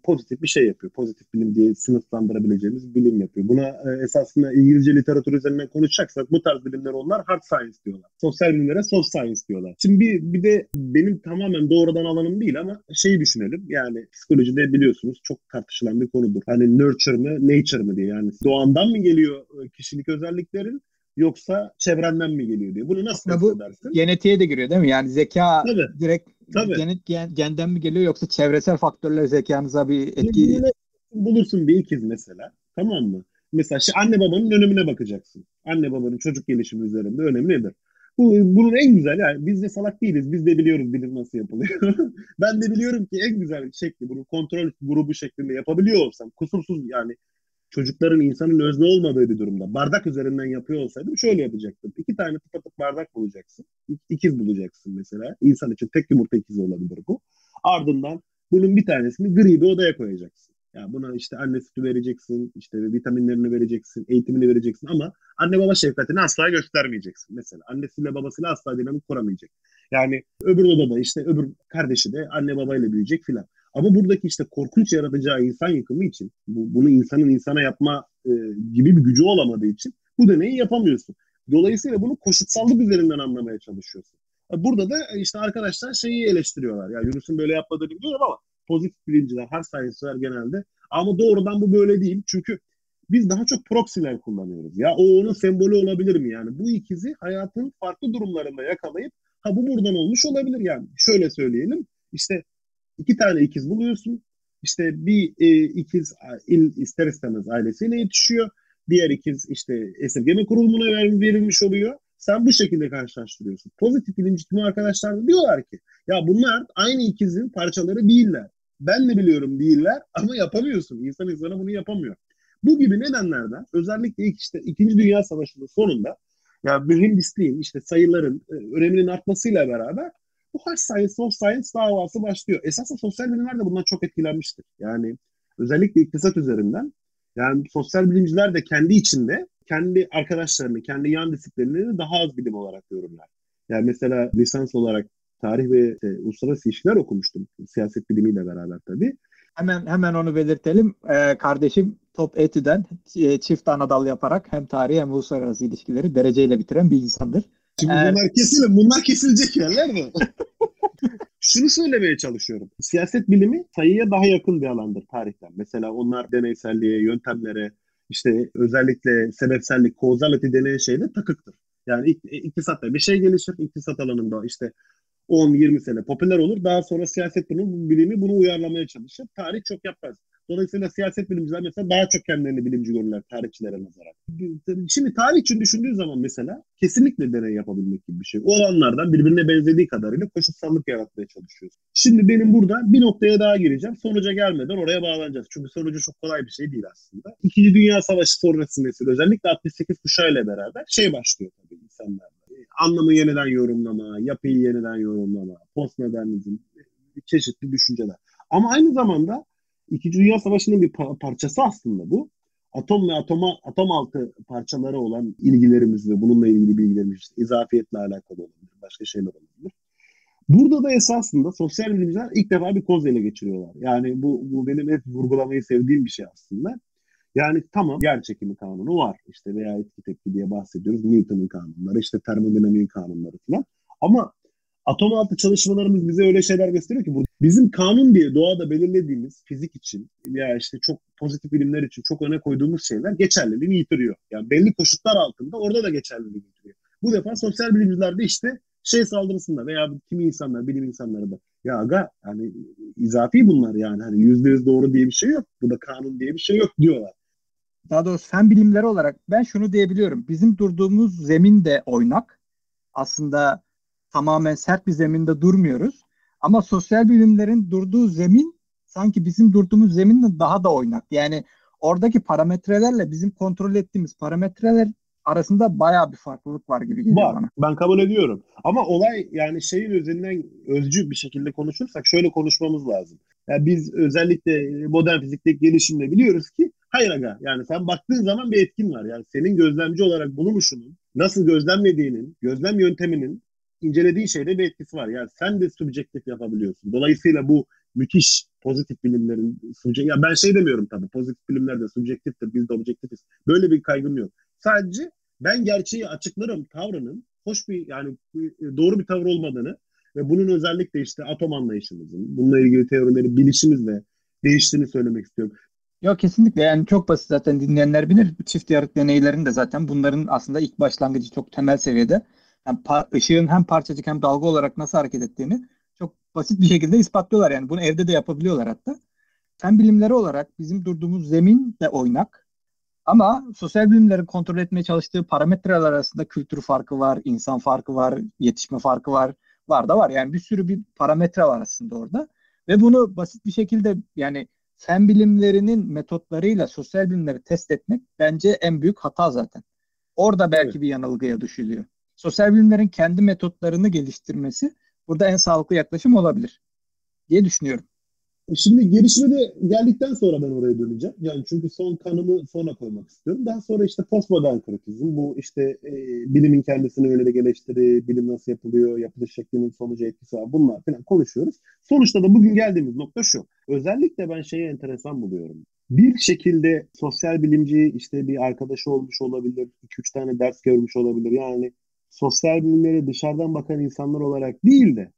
pozitif bir şey yapıyor. Pozitif bilim diye sınıflandırabileceğimiz bilim yapıyor. Buna esasında İngilizce literatür üzerinden konuşacaksak bu tarz bilimler onlar hard science diyorlar. Sosyal bilimlere soft science diyorlar. Şimdi bir de benim tamamen doğrudan alanım değil ama şeyi düşünelim. Yani psikolojide biliyorsunuz çok tartışılan bir konudur. Hani nurture mı, nature mı diye. Yani doğandan mı geliyor kişilik özelliklerin yoksa çevrenden mi geliyor diye. Bunu nasıl Aslında test bu edersin? genetiğe de giriyor değil mi? Yani zeka Tabii, direkt tabii. genden mi geliyor yoksa çevresel faktörler zekanıza bir etki. Bunu bulursun bir ikiz mesela. Tamam mı? Mesela anne babanın önemine bakacaksın. Anne babanın çocuk gelişimi üzerinde önemi nedir? Bunun en güzel yani biz de salak değiliz. Biz de biliyoruz bilim nasıl yapılıyor. Ben de biliyorum ki en güzel şekli bunu kontrol grubu şeklinde yapabiliyor olsam kusursuz yani çocukların insanın özne olmadığı bir durumda bardak üzerinden yapıyor olsaydım şöyle yapacaktım. İki tane tıpatıp bardak bulacaksın. İkiz bulacaksın mesela. İnsan için tek yumurta ikizi olabilir bu. Ardından bunun bir tanesini gri bir odaya koyacaksın. Ya buna işte anne sütü vereceksin, işte vitaminlerini vereceksin, eğitimini vereceksin ama anne baba şefkatini asla göstermeyeceksin. Mesela annesiyle babasıyla asla dinamik kuramayacak. Yani öbür odada işte öbür kardeşi de anne babayla büyüyecek filan. Ama buradaki işte korkunç yaratacağı insan yıkımı için, bunu insanın insana yapma gibi bir gücü olamadığı için bu deneyi yapamıyorsun. Dolayısıyla bunu koşutsallık üzerinden anlamaya çalışıyorsun. Burada da işte arkadaşlar şeyi eleştiriyorlar. Ya Yunus'un böyle yapmadığını biliyorum ama pozitif bilimciler, hard science'lar genelde. Ama doğrudan bu böyle değil. Çünkü biz daha çok proxy'ler kullanıyoruz. Ya o onun sembolü olabilir mi yani? Bu ikizi hayatın farklı durumlarında yakalayıp ha bu buradan olmuş olabilir yani. Şöyle söyleyelim. İşte iki tane ikiz buluyorsun. İşte bir ikiz ister istemez ailesiyle yetişiyor. Diğer ikiz işte esirgeme kurulumuna verilmiş oluyor. Sen bu şekilde karşılaştırıyorsun. Pozitif bilimci tüm arkadaşlar da diyorlar ki ya bunlar aynı ikizin parçaları değiller. Ben de biliyorum değiller ama yapamıyorsun. İnsan insana bunu yapamıyor. Bu gibi nedenlerden özellikle işte İkinci Dünya Savaşı'nın sonunda ya mühendisliğin işte sayıların öneminin artmasıyla beraber bu hard science, soft science davası başlıyor. Esasında sosyal bilimler de bundan çok etkilenmiştir. Yani özellikle iktisat üzerinden. Yani sosyal bilimciler de kendi içinde kendi arkadaşlarını, kendi yan disiplinlerini daha az bilim olarak yorumlar. Yani mesela lisans olarak tarih ve uluslararası ilişkiler okumuştum. Siyaset bilimiyle beraber tabii. Hemen onu belirtelim. Kardeşim Top Etü'den çift anadal yaparak hem tarihi hem uluslararası ilişkileri dereceyle bitiren bir insandır. Şimdi Eğer bunlar kesilecek yerler mi? Şunu söylemeye çalışıyorum. Siyaset bilimi sayıya daha yakın bir alandır tarihten. Mesela onlar deneyselliğe, yöntemlere, işte özellikle sebepsellik, causality denen şeyle takıktır. Yani iktisatta bir şey gelişir, iktisat alanında işte 10-20 sene popüler olur. Daha sonra siyaset bilimi bunu uyarlamaya çalışır. Tarih çok yapmaz. Dolayısıyla siyaset bilimciler mesela daha çok kendilerini bilimci görürler tarihçilere nazaran. Şimdi tarih için düşündüğün zaman mesela kesinlikle deney yapabilmek gibi bir şey. O alanlardan birbirine benzediği kadarıyla koşutsallık yaratmaya çalışıyoruz. Şimdi benim burada bir noktaya daha gireceğim. Sonuca gelmeden oraya bağlanacağız. Çünkü sonucu çok kolay bir şey değil aslında. İkinci Dünya Savaşı sonrası nesil özellikle 68 kuşağıyla beraber şey başlıyor tabii insanlar anlamı yeniden yorumlama, yapıyı yeniden yorumlama, postmodernizm, çeşitli düşünceler. Ama aynı zamanda İkinci Dünya Savaşı'nın bir parçası aslında bu. Atom ve atom altı parçaları olan ilgilerimiz ve bununla ilgili bilgilerimiz işte izafiyetle alakalı olabilir, başka şeyler olabilir. Burada da esasında sosyal bilimciler ilk defa bir koz ele geçiriyorlar. Yani bu benim hep vurgulamayı sevdiğim bir şey aslında. Yani tamam yer çekimi kanunu var işte veya etki tepki diye bahsediyoruz. Newton'un kanunları işte termodinamiğin kanunları falan. Ama atom altı çalışmalarımız bize öyle şeyler gösteriyor ki bizim kanun diye doğada belirlediğimiz fizik için veya işte çok pozitif bilimler için çok öne koyduğumuz şeyler geçerliliğini yitiriyor. Yani belli koşullar altında orada da geçerliliğini yitiriyor. Bu defa sosyal bilimciler de işte şey saldırısında veya kimi insanlar, bilim insanları da ya aga hani izafi bunlar yani hani %100 doğru diye bir şey yok. Bu da kanun diye bir şey yok diyorlar. daha doğrusu fen bilimleri olarak ben şunu diyebiliyorum. Bizim durduğumuz zemin de oynak. Aslında tamamen sert bir zeminde durmuyoruz. Ama sosyal bilimlerin durduğu zemin sanki bizim durduğumuz zeminden daha da oynak. Yani oradaki parametrelerle bizim kontrol ettiğimiz parametreler arasında bayağı bir farklılık var gibi geliyor Var. bana. Ben kabul ediyorum. Ama olay yani şeyin üzerinden özcü bir şekilde konuşursak şöyle konuşmamız lazım. Yani biz özellikle modern fizikteki gelişimle biliyoruz ki hayır aga yani sen baktığın zaman bir etkin var. Yani senin gözlemci olarak bulunuşunun nasıl gözlemlediğinin, gözlem yönteminin incelediği şeyde bir etkisi var. Yani sen de subjektif yapabiliyorsun. Dolayısıyla bu müthiş pozitif bilimlerin ya ben şey demiyorum tabii, pozitif bilimler de subjektiftir, biz de objektifiz. Böyle bir kaygım yok. Sadece ben gerçeği açıklarım tavrının hoş bir, yani doğru bir tavır olmadığını ve bunun özellikle işte atom anlayışımızın, bununla ilgili teorileri bilişimizle değiştiğini söylemek istiyorum. Yok, kesinlikle, yani çok basit, zaten dinleyenler bilir. Bu çift yarık deneylerin de zaten bunların aslında ilk başlangıcı çok temel seviyede. Yani ışığın hem parçacık hem dalga olarak nasıl hareket ettiğini çok basit bir şekilde ispatlıyorlar. Yani bunu evde de yapabiliyorlar hatta. Fen bilimleri olarak bizim durduğumuz zemin de oynak. Ama sosyal bilimlerin kontrol etmeye çalıştığı parametreler arasında kültür farkı var, insan farkı var, yetişme farkı var. Var da var. Yani bir sürü bir parametre var aslında orada. Ve bunu basit bir şekilde, yani fen bilimlerinin metotlarıyla sosyal bilimleri test etmek bence en büyük hata zaten. Orada Evet. belki bir yanılgıya düşülüyor. Sosyal bilimlerin kendi metotlarını geliştirmesi burada en sağlıklı yaklaşım olabilir diye düşünüyorum. Şimdi gelişme de geldikten sonra ben oraya döneceğim. Yani çünkü son kanımı sonra koymak istiyorum. Daha sonra işte postmodern kritisizm, bu işte bilimin kendisine yönelik eleştiri, bilim nasıl yapılıyor, yapılış şeklinin sonucu etkisi var. Bunlar falan konuşuyoruz. Sonuçta da bugün geldiğimiz nokta şu. Özellikle ben şeyi enteresan buluyorum. Bir şekilde sosyal bilimci işte bir arkadaşı olmuş olabilir, 2-3 tane ders görmüş olabilir. Yani sosyal bilimlere dışarıdan bakan insanlar olarak değil de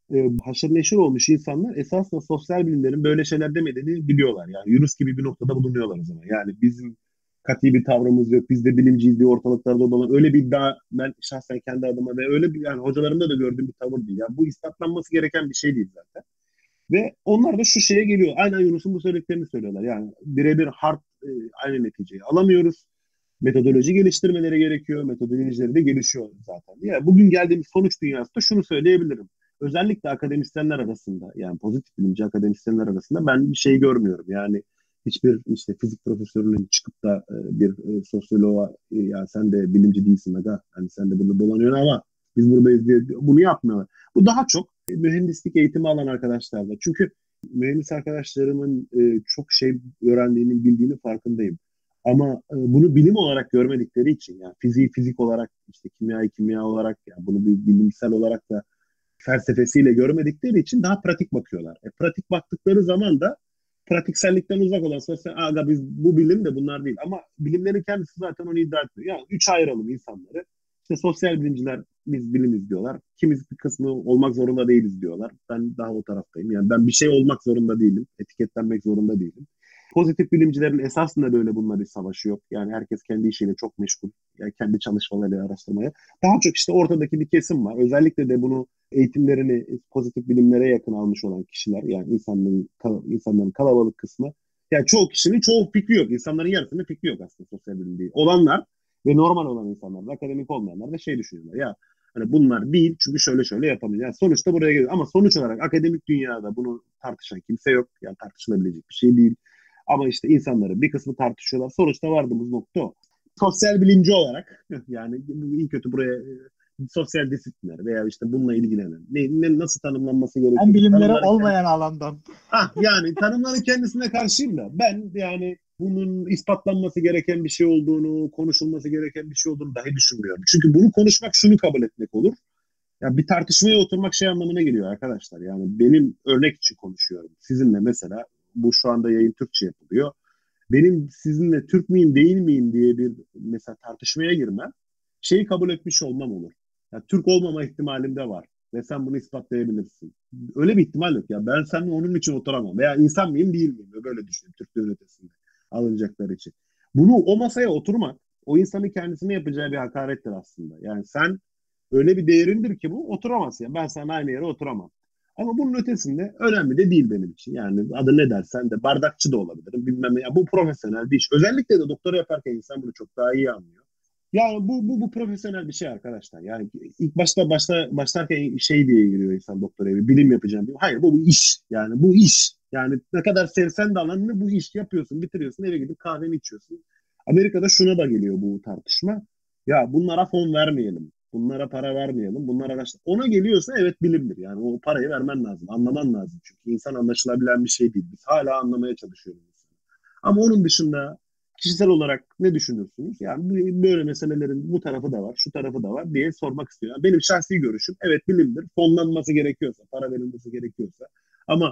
haşır neşir olmuş insanlar esasında sosyal bilimlerin böyle şeyler demediğini biliyorlar. Yani Yunus gibi bir noktada bulunuyorlar o zaman. Yani bizim katı bir tavrımız yok, biz de bilimciyiz diye ortalıklarda olan öyle bir iddia ben şahsen kendi adıma ve öyle bir, yani hocalarımda da gördüğüm bir tavır değil. Yani bu ispatlanması gereken bir şey değil zaten. Ve onlar da şu şeye geliyor. Aynen Yunus'un bu söylediklerini söylüyorlar. Yani birebir hard aynı neticeyi alamıyoruz. Metodoloji geliştirmeleri gerekiyor. Metodolojileri de gelişiyor zaten. Yani bugün geldiğimiz sonuç dünyasında şunu söyleyebilirim. Özellikle akademisyenler arasında, yani pozitif bilimci akademisyenler arasında ben bir şey görmüyorum. Yani hiçbir işte fizik profesörünün çıkıp da bir sosyoloğa ya sen de bilimci değilsin aga, hani sen de burada dolanıyorsun ama biz buradayız diye bunu yapmıyorlar. Bu daha çok mühendislik eğitimi alan arkadaşlarla. Çünkü mühendis arkadaşlarımın çok şey öğrendiğini, bildiğini farkındayım. Ama bunu bilim olarak görmedikleri için, yani fiziği fizik olarak, işte kimyayı kimya olarak, yani bunu bir bilimsel olarak da felsefesiyle görmedikleri için daha pratik bakıyorlar. Pratik baktıkları zaman da pratiksellikten uzak olan sosyal, aga biz bu bilim de bunlar değil. Ama bilimlerin kendisi zaten onu iddia etmiyor. Yani üç ayıralım insanları. İşte sosyal bilimciler biz bilimiz diyorlar. Kimiz bir kısmı olmak zorunda değiliz diyorlar. Ben daha o taraftayım. Yani ben bir şey olmak zorunda değilim. Etiketlenmek zorunda değilim. Pozitif bilimcilerin esasında böyle bununla bir savaşı yok. Yani herkes kendi işiyle çok meşgul. Yani kendi çalışmalarıyla araştırmaya. Daha çok işte ortadaki bir kesim var. Özellikle de bunu eğitimlerini pozitif bilimlere yakın almış olan kişiler, yani insanların kalabalık kısmı, yani çoğu kişinin çoğu fikri yok. İnsanların yarısının fikri yok aslında sosyal bilim değil. Olanlar ve normal olan insanlar, akademik olmayanlar da şey düşünüyorlar. Ya hani bunlar değil çünkü şöyle şöyle yapamıyor. Yani sonuçta buraya geliyor. Ama sonuç olarak akademik dünyada bunu tartışan kimse yok. Yani tartışılabilecek bir şey değil. Ama işte insanların bir kısmı tartışıyorlar. Sonuçta vardığımız nokta o. Sosyal bilimci olarak yani iyi kötü buraya sosyal disiplinler veya işte bununla ilgilenen nasıl tanımlanması Hem gerekiyor? bilimleri Tanımların olmayan alandan. yani tanımların kendisine karşıyım da ben yani bunun ispatlanması gereken bir şey olduğunu, konuşulması gereken bir şey olduğunu dahi düşünmüyorum. Çünkü bunu konuşmak şunu kabul etmek olur. Ya bir tartışmaya oturmak şey anlamına geliyor arkadaşlar. Yani benim örnek için konuşuyorum. Sizinle mesela bu şu anda yayın Türkçe yapılıyor. Benim sizinle Türk müyüm değil miyim diye bir mesela tartışmaya girmem şeyi kabul etmiş olmam olur. Ya, Türk olmama ihtimalim de var ve sen bunu ispatlayabilirsin. Öyle bir ihtimal yok ya. Ben seninle onun için oturamam. Veya insan mıyım değil miyim? Böyle düşünüyorum Türklüğün ötesinde alınacakları için. Bunu o masaya oturmak o insanın kendisine yapacağı bir hakarettir aslında. Yani sen öyle bir değerindir ki bu oturamazsın. Yani ben seninle aynı yere oturamam. Ama bunun ötesinde önemli de değil benim için. Yani adı ne dersen de bardakçı da olabilirim. Bilmem ne. Ya bu profesyonel bir iş. Özellikle de doktora yaparken insan bunu çok daha iyi anlıyor. Yani bu profesyonel bir şey arkadaşlar. Yani ilk başlarken şey diye giriyor insan doktora evi. Bilim yapacağım diyor. Hayır bu iş. Yani bu iş. Yani ne kadar sevsen de alanını bu iş yapıyorsun, bitiriyorsun, eve gidip kahveni içiyorsun. Amerika'da şuna da geliyor bu tartışma. Ya bunlara fon vermeyelim. Bunlara para vermeyelim. Bunlar araştır. Ona geliyorsa evet bilimdir. Yani o parayı vermen lazım. Anlaman lazım. Çünkü insan anlaşılabilen bir şey değil. Biz hala anlamaya çalışıyoruz. Ama onun dışında kişisel olarak ne düşünürsünüz? Yani böyle meselelerin bu tarafı da var, şu tarafı da var diye sormak istiyor. Yani benim şahsi görüşüm evet bilimdir. Fonlanması gerekiyorsa, para verilmesi gerekiyorsa. Ama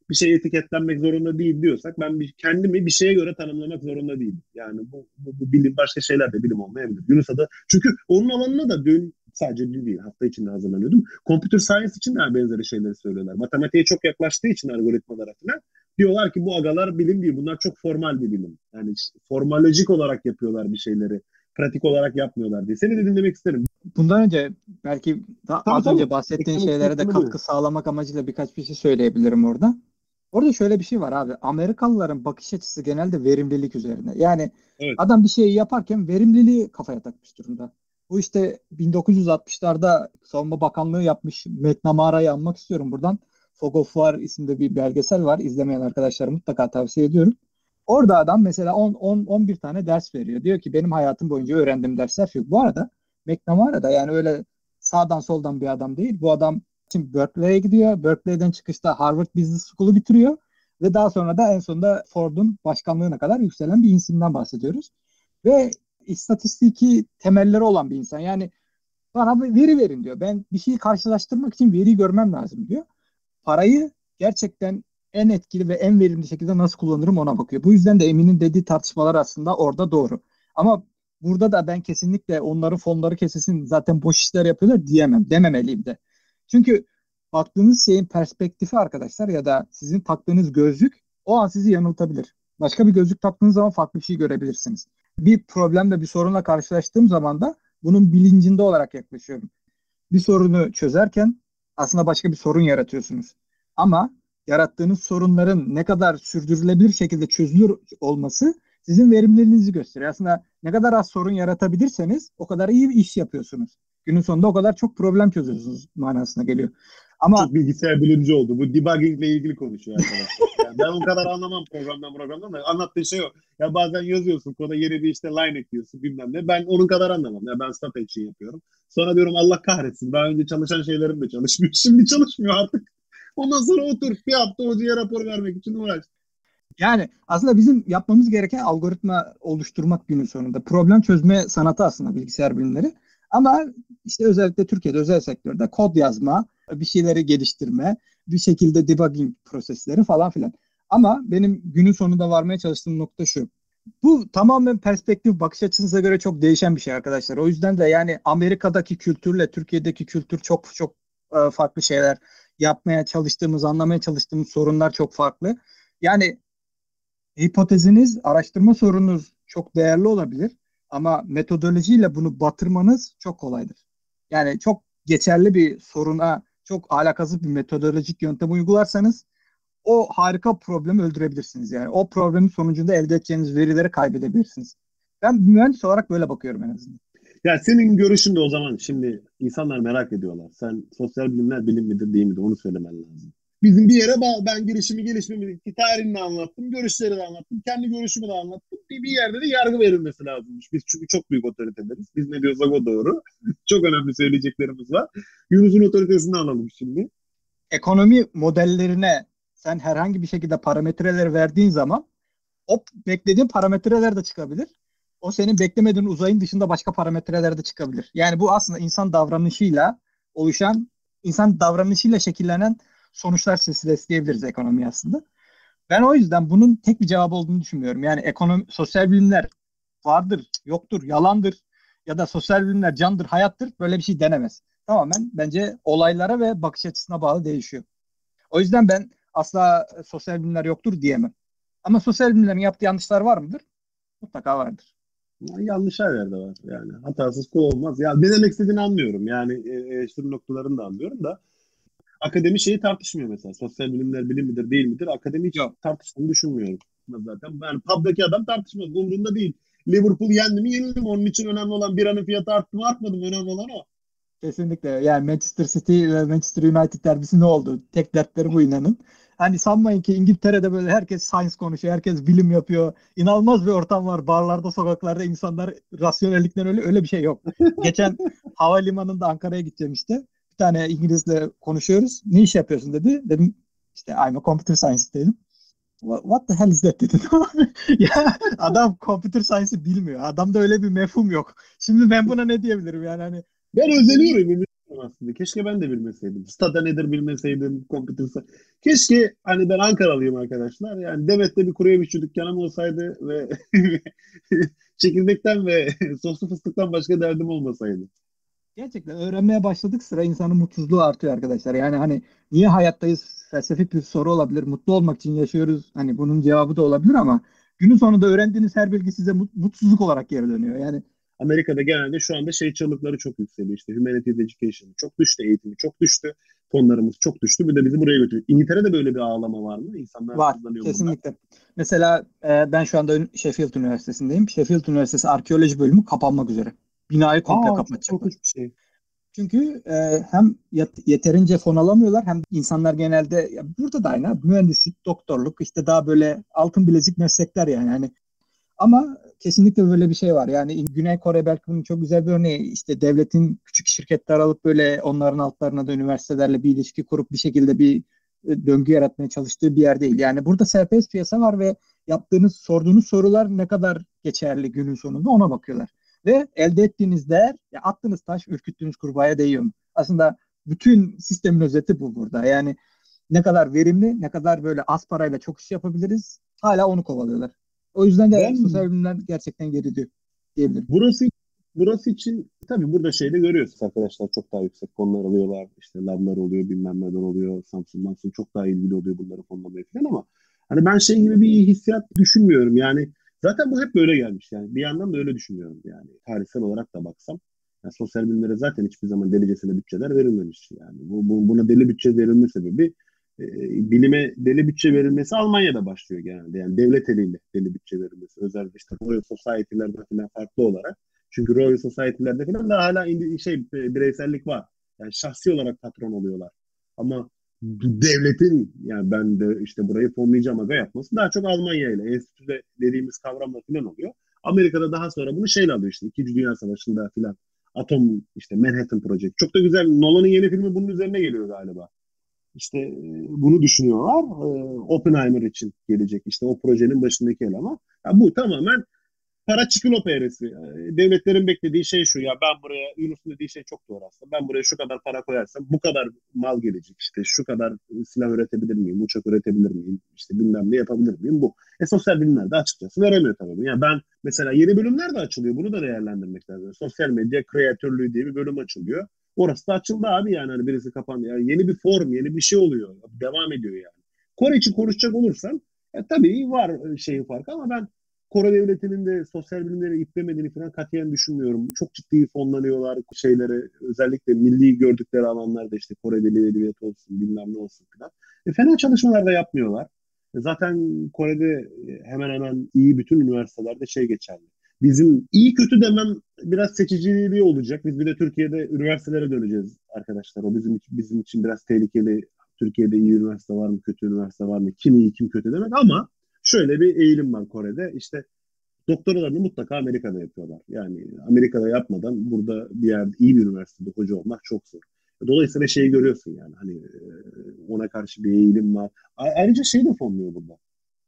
bir şey etiketlenmek zorunda değil diyorsak ben kendimi bir şeye göre tanımlamak zorunda değilim. Yani bu bilim başka şeyler de bilim olmayabilir. Yunus'a da çünkü onun alanına da dün sadece bir değil hafta içinde hazırlanıyordum. Computer Science için de benzeri şeyleri söylüyorlar. Matematiğe çok yaklaştığı için algoritmalara falan diyorlar ki bu agalar bilim değil. Bunlar çok formal bir bilim. Yani formalojik olarak yapıyorlar bir şeyleri. Pratik olarak yapmıyorlar diye. Seni de dinlemek isterim. Bundan önce belki Tabii az önce tabii. bahsettiğin Eklemek şeylere de istediklerini buyur. katkı sağlamak amacıyla birkaç bir şey söyleyebilirim orada. Orada şöyle bir şey var abi. Amerikalıların bakış açısı genelde verimlilik üzerine. Yani Evet. adam bir şeyi yaparken verimliliği kafaya takmış durumda. Bu işte 1960'larda Savunma Bakanlığı yapmış McNamara'yı anmak istiyorum buradan. Fog of War isimde bir belgesel var. İzlemeyen arkadaşlara mutlaka tavsiye ediyorum. Orada adam mesela 11 tane ders veriyor. Diyor ki benim hayatım boyunca öğrendiğim dersler yok. Bu arada McNamara da yani öyle sağdan soldan bir adam değil. Bu adam şimdi Berkeley'e gidiyor. Berkeley'den çıkışta Harvard Business School'u bitiriyor. Ve daha sonra da en sonunda Ford'un başkanlığına kadar yükselen bir insandan bahsediyoruz. Ve istatistiki temelleri olan bir insan. Yani bana bir veri verin diyor. Ben bir şeyi karşılaştırmak için veriyi görmem lazım diyor. Parayı gerçekten en etkili ve en verimli şekilde nasıl kullanırım ona bakıyor. Bu yüzden de Emin'in dediği tartışmalar aslında orada doğru. Ama burada da ben kesinlikle onların fonları kesilsin zaten boş işler yapıyorlar diyemem. Dememeliyim de. Çünkü baktığınız şeyin perspektifi arkadaşlar ya da sizin taktığınız gözlük o an sizi yanıltabilir. Başka bir gözlük taktığınız zaman farklı bir şey görebilirsiniz. Bir problemle bir sorunla karşılaştığım zaman da bunun bilincinde olarak yaklaşıyorum. Bir sorunu çözerken aslında başka bir sorun yaratıyorsunuz. Ama yarattığınız sorunların ne kadar sürdürülebilir şekilde çözülür olması sizin verimliliğinizi gösteriyor. Aslında ne kadar az sorun yaratabilirseniz o kadar iyi bir iş yapıyorsunuz. Günün sonunda o kadar çok problem çözüyorsunuz manasına geliyor. Ama Çok bilgisayar bilimci oldu. Bu debugging ile ilgili konuşuyor arkadaşlar. Yani ben o kadar anlamam programdan da anlattığı şey o. Ya bazen yazıyorsun koda yeni bir işte line ekliyorsun bilmem ne. Ben onun kadar anlamam. Ya ben stat için yapıyorum. Sonra diyorum Allah kahretsin. Daha önce çalışan şeylerim de çalışmıyor. Şimdi çalışmıyor artık. Ondan sonra otur bir hafta hocaya rapor vermek için uğraş. yani aslında bizim yapmamız gereken algoritma oluşturmak günün sonunda. Problem çözme sanatı aslında bilgisayar bilimleri. Ama işte özellikle Türkiye'de özel sektörde kod yazma, bir şeyleri geliştirme, bir şekilde debugging prosesleri falan filan. Ama benim günün sonunda varmaya çalıştığım nokta şu. Bu tamamen perspektif bakış açınıza göre çok değişen bir şey arkadaşlar. O yüzden de yani Amerika'daki kültürle Türkiye'deki kültür çok çok farklı şeyler. Yapmaya çalıştığımız, anlamaya çalıştığımız sorunlar çok farklı. Yani hipoteziniz, araştırma sorunuz çok değerli olabilir ama metodolojiyle bunu batırmanız çok kolaydır. Yani çok geçerli bir soruna çok alakasız bir metodolojik yöntem uygularsanız o harika problemi öldürebilirsiniz. Yani o problemin sonucunda elde edeceğiniz verileri kaybedebilirsiniz. Ben mühendis olarak böyle bakıyorum en azından. Ya senin görüşün de o zaman şimdi insanlar merak ediyorlar. Sen sosyal bilimler bilim midir değil midir onu söylemen lazım. Bizim bir yere ben girişimi gelişimi tarihini anlattım, görüşleri de anlattım, kendi görüşümü de anlattım. Bir yerde de yargı verilmesi lazımmış. Biz çünkü çok büyük otoriteleriz. Biz ne diyorsak o doğru. Çok önemli söyleyeceklerimiz var. Yunus'un otoritesini alalım şimdi. Ekonomi modellerine sen herhangi bir şekilde parametreler verdiğin zaman o beklediğin parametreler de çıkabilir. O senin beklemediğin uzayın dışında başka parametreler de çıkabilir. Yani bu aslında insan davranışıyla oluşan, insan davranışıyla şekillenen sonuçlar silsilesi diyebiliriz ekonomi aslında. Ben o yüzden bunun tek bir cevabı olduğunu düşünmüyorum. Yani ekonomi, sosyal bilimler vardır, yoktur, yalandır ya da sosyal bilimler candır, hayattır. Böyle bir şey denemez. Tamamen bence olaylara ve bakış açısına bağlı değişiyor. O yüzden ben asla sosyal bilimler yoktur diyemem. Ama sosyal bilimlerin yaptığı yanlışlar var mıdır? Mutlaka vardır. Yanlış her yerde var yani. Hatasız kul olmaz. Ya ne demek istediğini anlıyorum. Yani eleştiri noktalarını da anlıyorum da. Akademi şeyi tartışmıyor mesela. Sosyal bilimler bilim midir değil midir? Akademi hiç Yok. tartıştığını düşünmüyorum zaten. Yani pub'daki adam tartışmaz. Umurunda değil. Liverpool yendi mi yenildi mi? Onun için önemli olan biranın fiyatı arttı mı artmadı mı? Önemli olan o. Kesinlikle. Yani Manchester City ve Manchester United derbisi ne oldu? Tek dertleri bu inanın. Hani sanmayın ki İngiltere'de böyle herkes science konuşuyor, herkes bilim yapıyor. İnanılmaz bir ortam var. Barlarda, sokaklarda insanlar rasyonellikten öyle bir şey yok. Geçen havalimanında Ankara'ya gideceğim işte. Bir tane İngilizle konuşuyoruz. Ne iş yapıyorsun dedi. Dedim işte I'm a computer science dedim. What the hell is that dedi. Ya adam computer science'ı bilmiyor. Adamda öyle bir mefhum yok. Şimdi ben buna ne diyebilirim yani hani Ben senin özeniyorum. aslında. Keşke ben de bilmeseydim. Stada nedir bilmeseydim. Keşke hani ben Ankaralıyım arkadaşlar. Yani Demet'te bir kuru yemişçi dükkanım olsaydı ve çekirdekten ve soslu fıstıktan başka derdim olmasaydı. Gerçekten öğrenmeye başladık sıra insanın mutsuzluğu artıyor arkadaşlar. Yani hani niye hayattayız? Felsefik bir soru olabilir. Mutlu olmak için yaşıyoruz. Hani bunun cevabı da olabilir ama günün sonunda öğrendiğiniz her bilgi size mutsuzluk olarak geri dönüyor. Yani Amerika'da genelde şu anda şey çığlıkları çok yükseliyor. İşte Humanities Education çok düştü, eğitimi çok düştü, fonlarımız çok düştü. Bir de bizi buraya götürüyor. İngiltere'de böyle bir ağlama var mı? İnsanlar var sızlanıyor burada. kesinlikle. Mesela ben şu anda Sheffield Üniversitesi'ndeyim. Sheffield Üniversitesi arkeoloji bölümü kapanmak üzere. Binayı komple Aa, çok kapatacaklar. korkunç bir şey. Çünkü hem yeterince fon alamıyorlar hem insanlar genelde ya burada da aynı abi, mühendislik, doktorluk işte daha böyle altın bilezik meslekler yani. Hani ama kesinlikle böyle bir şey var. Yani Güney Kore belki bunun çok güzel bir örneği. İşte devletin küçük şirketler alıp böyle onların altlarına da üniversitelerle bir ilişki kurup bir şekilde bir döngü yaratmaya çalıştığı bir yer değil. Yani burada serbest piyasa var ve sorduğunuz sorular ne kadar geçerli günün sonunda ona bakıyorlar. Ve elde ettiğiniz değer, ya attığınız taş ürküttüğünüz kurbağaya değiyor mu? Aslında bütün sistemin özeti bu burada. Yani ne kadar verimli, ne kadar böyle az parayla çok iş yapabiliriz, hala onu kovalıyorlar. O yüzden de sosyal Ben bilimler gerçekten geride diyebilirim. burası burası için tabii burada şeyde görüyorsunuz arkadaşlar çok daha yüksek fonlar alıyorlar. İşte lablar oluyor, bilmem neler oluyor. Samsung çok daha ilgili oluyor bunları fonlamaya falan ama hani ben şey gibi bir hissiyat düşünmüyorum. Yani zaten bu hep böyle gelmiş yani. Bir yandan da öyle düşünüyorum yani. Tarihsel olarak da baksam. Yani sosyal bilimlere zaten hiçbir zaman delicesine bütçeler verilmemiş. Yani buna deli bütçe verilme sebebi bilime deli bütçe verilmesi Almanya'da başlıyor genelde. Yani devlet eliyle deli bütçe verilmesi. Özellikle işte Royal Society'lerde falan farklı olarak. Çünkü Royal Society'lerde falan da hala bireysellik var. Yani şahsi olarak patron oluyorlar. Ama devletin yani ben de işte burayı fonlayacağım aga yapması daha çok Almanya ile enstitüde dediğimiz kavramla falan oluyor. Amerika'da daha sonra bunu şeyle alıyor işte İkinci Dünya Savaşı'nda falan atom işte Manhattan Project. Çok da güzel. Nolan'ın yeni filmi bunun üzerine geliyor galiba. İşte bunu düşünüyorlar. Oppenheimer için gelecek. İşte o projenin başındaki eleman. Ya bu tamamen para çikolata eğrisi. Devletlerin beklediği şey şu ya ben buraya Yunus'un dediği şey çok doğru aslında. Ben buraya şu kadar para koyarsam bu kadar mal gelecek. İşte şu kadar silah üretebilir miyim? Uçak üretebilir miyim? İşte bilmem ne yapabilir miyim? Bu. Sosyal bilimler de açıkçası veremiyor tabii. Yani ben mesela yeni bölümler de açılıyor. Bunu da değerlendirmek lazım. Sosyal medya kreatörlüğü diye bir bölüm açılıyor. Orası da açıldı abi yani hani birisi kapandı. Yani yeni bir form, yeni bir şey oluyor. Devam ediyor yani. Kore için konuşacak olursan tabii var şeyin farkı ama ben Kore Devleti'nin de sosyal bilimleri iplemediğini falan katiyen düşünmüyorum. Çok ciddi fonlanıyorlar şeylere. Özellikle milli gördükleri alanlarda işte Kore Dili Edebiyatı olsun bilmem ne olsun falan. Fena çalışmalar da yapmıyorlar. Zaten Kore'de hemen hemen iyi bütün üniversitelerde şey geçerli. Bizim iyi kötü demem biraz seçiciliği olacak. Biz bir de Türkiye'de üniversitelere döneceğiz arkadaşlar. O bizim için biraz tehlikeli. Türkiye'de iyi üniversite var mı, kötü üniversite var mı? Kim iyi, kim kötü demek ama şöyle bir eğilim var Kore'de. İşte doktoralarını mutlaka Amerika'da yapıyorlar. Yani Amerika'da yapmadan burada bir yerde iyi bir üniversitede hoca olmak çok zor. Dolayısıyla şeyi görüyorsun yani hani ona karşı bir eğilim var. Ayrıca şey de fonluyor burada.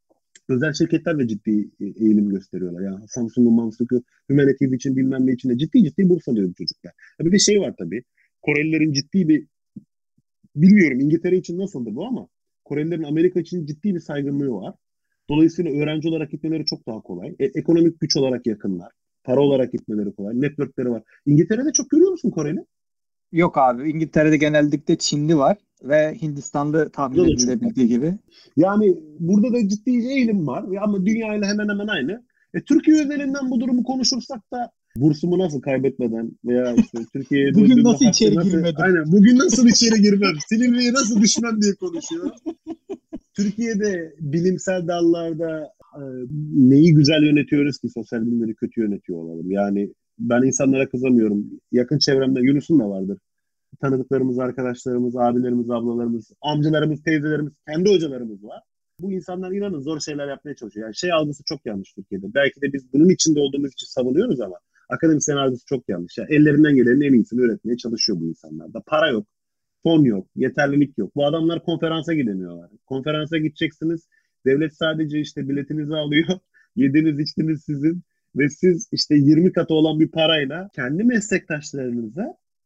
Özel şirketler de ciddi eğilim gösteriyorlar. Yani Samsung'un Humanities için bilmem ne için de ciddi burs alıyor bu çocuklar. Bir de şey var tabii. Korelilerin ciddi bir bilmiyorum İngiltere için nasıldır bu ama Korelilerin Amerika için ciddi bir saygınlığı var. Dolayısıyla öğrenci olarak gitmeleri çok daha kolay. Ekonomik güç olarak yakınlar. Para olarak gitmeleri kolay. Networkleri var. İngiltere'de çok görüyor musun Koreli? Yok abi, İngiltere'de genellikle Çinli var ve Hindistanlı tahmin Burada da çok var. edilebildiği gibi. Yani burada da ciddi eğilim var. Ama dünya ile hemen hemen aynı. Türkiye üzerinden bu durumu konuşursak da bursumu nasıl kaybetmeden veya işte Türkiye'ye Bugün döndüğümde nasıl hakkı içeri nasıl girmedim? aynen bugün nasıl içeri girmem, Silivri'ye nasıl düşmem diye konuşuyor. Türkiye'de bilimsel dallarda neyi güzel yönetiyoruz ki sosyal bilimleri kötü yönetiyor olalım. Yani ben insanlara kızamıyorum. Yakın çevremde Yunus'un da vardır. Tanıdıklarımız, arkadaşlarımız, abilerimiz, ablalarımız, amcalarımız, teyzelerimiz, kendi hocalarımız var. Bu insanlar inanın zor şeyler yapmaya çalışıyor. Yani şey algısı çok yanlış Türkiye'de. Belki de biz bunun içinde olduğumuz için savunuyoruz ama akademisyen algısı çok yanlış. Yani ellerinden gelenin en iyisini üretmeye çalışıyor bu insanlarda. Para yok, fon yok, yeterlilik yok. Bu adamlar konferansa gidemiyorlar. Konferansa gideceksiniz. Devlet sadece işte biletinizi alıyor. Yediniz içtiniz sizin. Ve siz işte 20 katı olan bir parayla kendi meslektaşlarınıza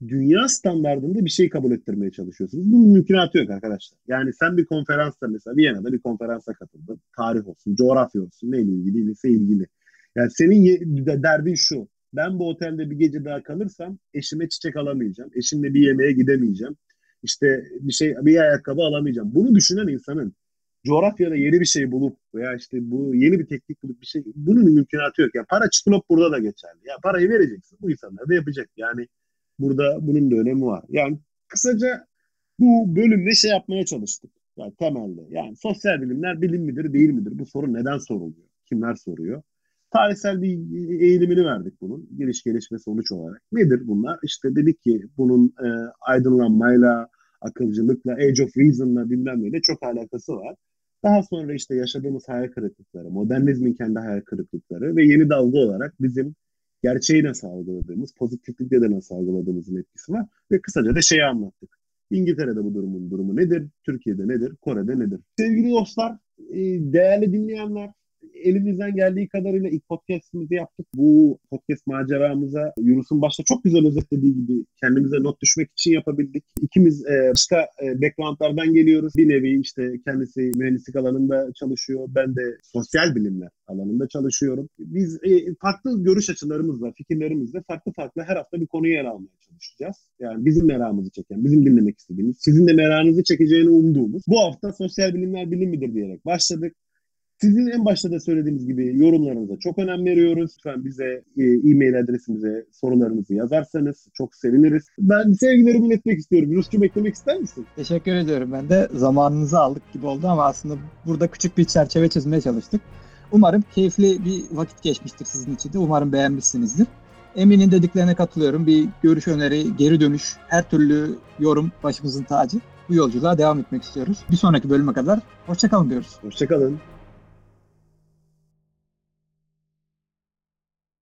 dünya standardında bir şey kabul ettirmeye çalışıyorsunuz. Bunun mümkünatı yok arkadaşlar. Yani sen bir konferansta, mesela Viyana'da bir konferansa katıldın. Tarih olsun, coğrafya olsun, neyle ilgiliyse ilgili. Yani senin derdin şu: ben bu otelde bir gece daha kalırsam eşime çiçek alamayacağım. Eşimle bir yemeğe gidemeyeceğim. İşte bir ayakkabı alamayacağım. Bunu düşünen insanın coğrafyada yeni bir şey bulup veya işte bu yeni bir teknik bulup bir şey, bunun mümkünatı yok. Ya para çıkılıp burada da geçerli. Ya parayı vereceksin. Bu insanlar da yapacak. Yani burada bunun da önemi var. Yani kısaca bu bölümde şey yapmaya çalıştık. Yani temelde. Yani sosyal bilimler bilim midir, değil midir? Bu soru neden soruluyor? Kimler soruyor? Tarihsel bir eğilimini verdik bunun. Giriş, gelişme, sonuç olarak. Nedir bunlar? İşte dedik ki bunun aydınlanmayla, akılcılıkla, Age of Reason'la bilmem neyle çok alakası var. Daha sonra işte yaşadığımız hayal kırıklıkları, modernizmin kendi hayal kırıklıkları ve yeni dalga olarak bizim gerçeği nasıl algıladığımız, pozitiflikle de nasıl algıladığımızın etkisi var. Ve kısaca da şeyi anlattık. İngiltere'de bu durumun durumu nedir? Türkiye'de nedir? Kore'de nedir? Sevgili dostlar, değerli dinleyenler, elimizden geldiği kadarıyla ilk podcast'imizi yaptık. Bu podcast maceramıza Yunus'un başta çok güzel özetlediği gibi kendimize not düşmek için yapabildik. İkimiz başka backgroundlardan geliyoruz. Bir nevi işte kendisi mühendislik alanında çalışıyor. Ben de sosyal bilimler alanında çalışıyorum. Biz farklı görüş açılarımızla, fikirlerimizle farklı farklı her hafta bir konuyu ele almaya çalışacağız. Yani bizim merakımızı çeken, bizim dinlemek istediğimiz, sizin de merakınızı çekeceğini umduğumuz. Bu hafta sosyal bilimler bilim midir diyerek başladık. Sizin en başta da söylediğimiz gibi yorumlarınıza çok önem veriyoruz. Lütfen bize e-mail adresimize sorularınızı yazarsanız çok seviniriz. Ben sevgilerimi iletmek istiyorum. Yunus'cum, eklemek ister misin? Teşekkür ediyorum. Ben de zamanınızı aldık gibi oldu ama aslında burada küçük bir çerçeve çizmeye çalıştık. Umarım keyifli bir vakit geçmiştir sizin için de. Umarım beğenmişsinizdir. Emin'in dediklerine katılıyorum. Bir görüş, öneri, geri dönüş, her türlü yorum başımızın tacı. Bu yolculuğa devam etmek istiyoruz. Bir sonraki bölüme kadar hoşça kalın diyoruz. Hoşça kalın.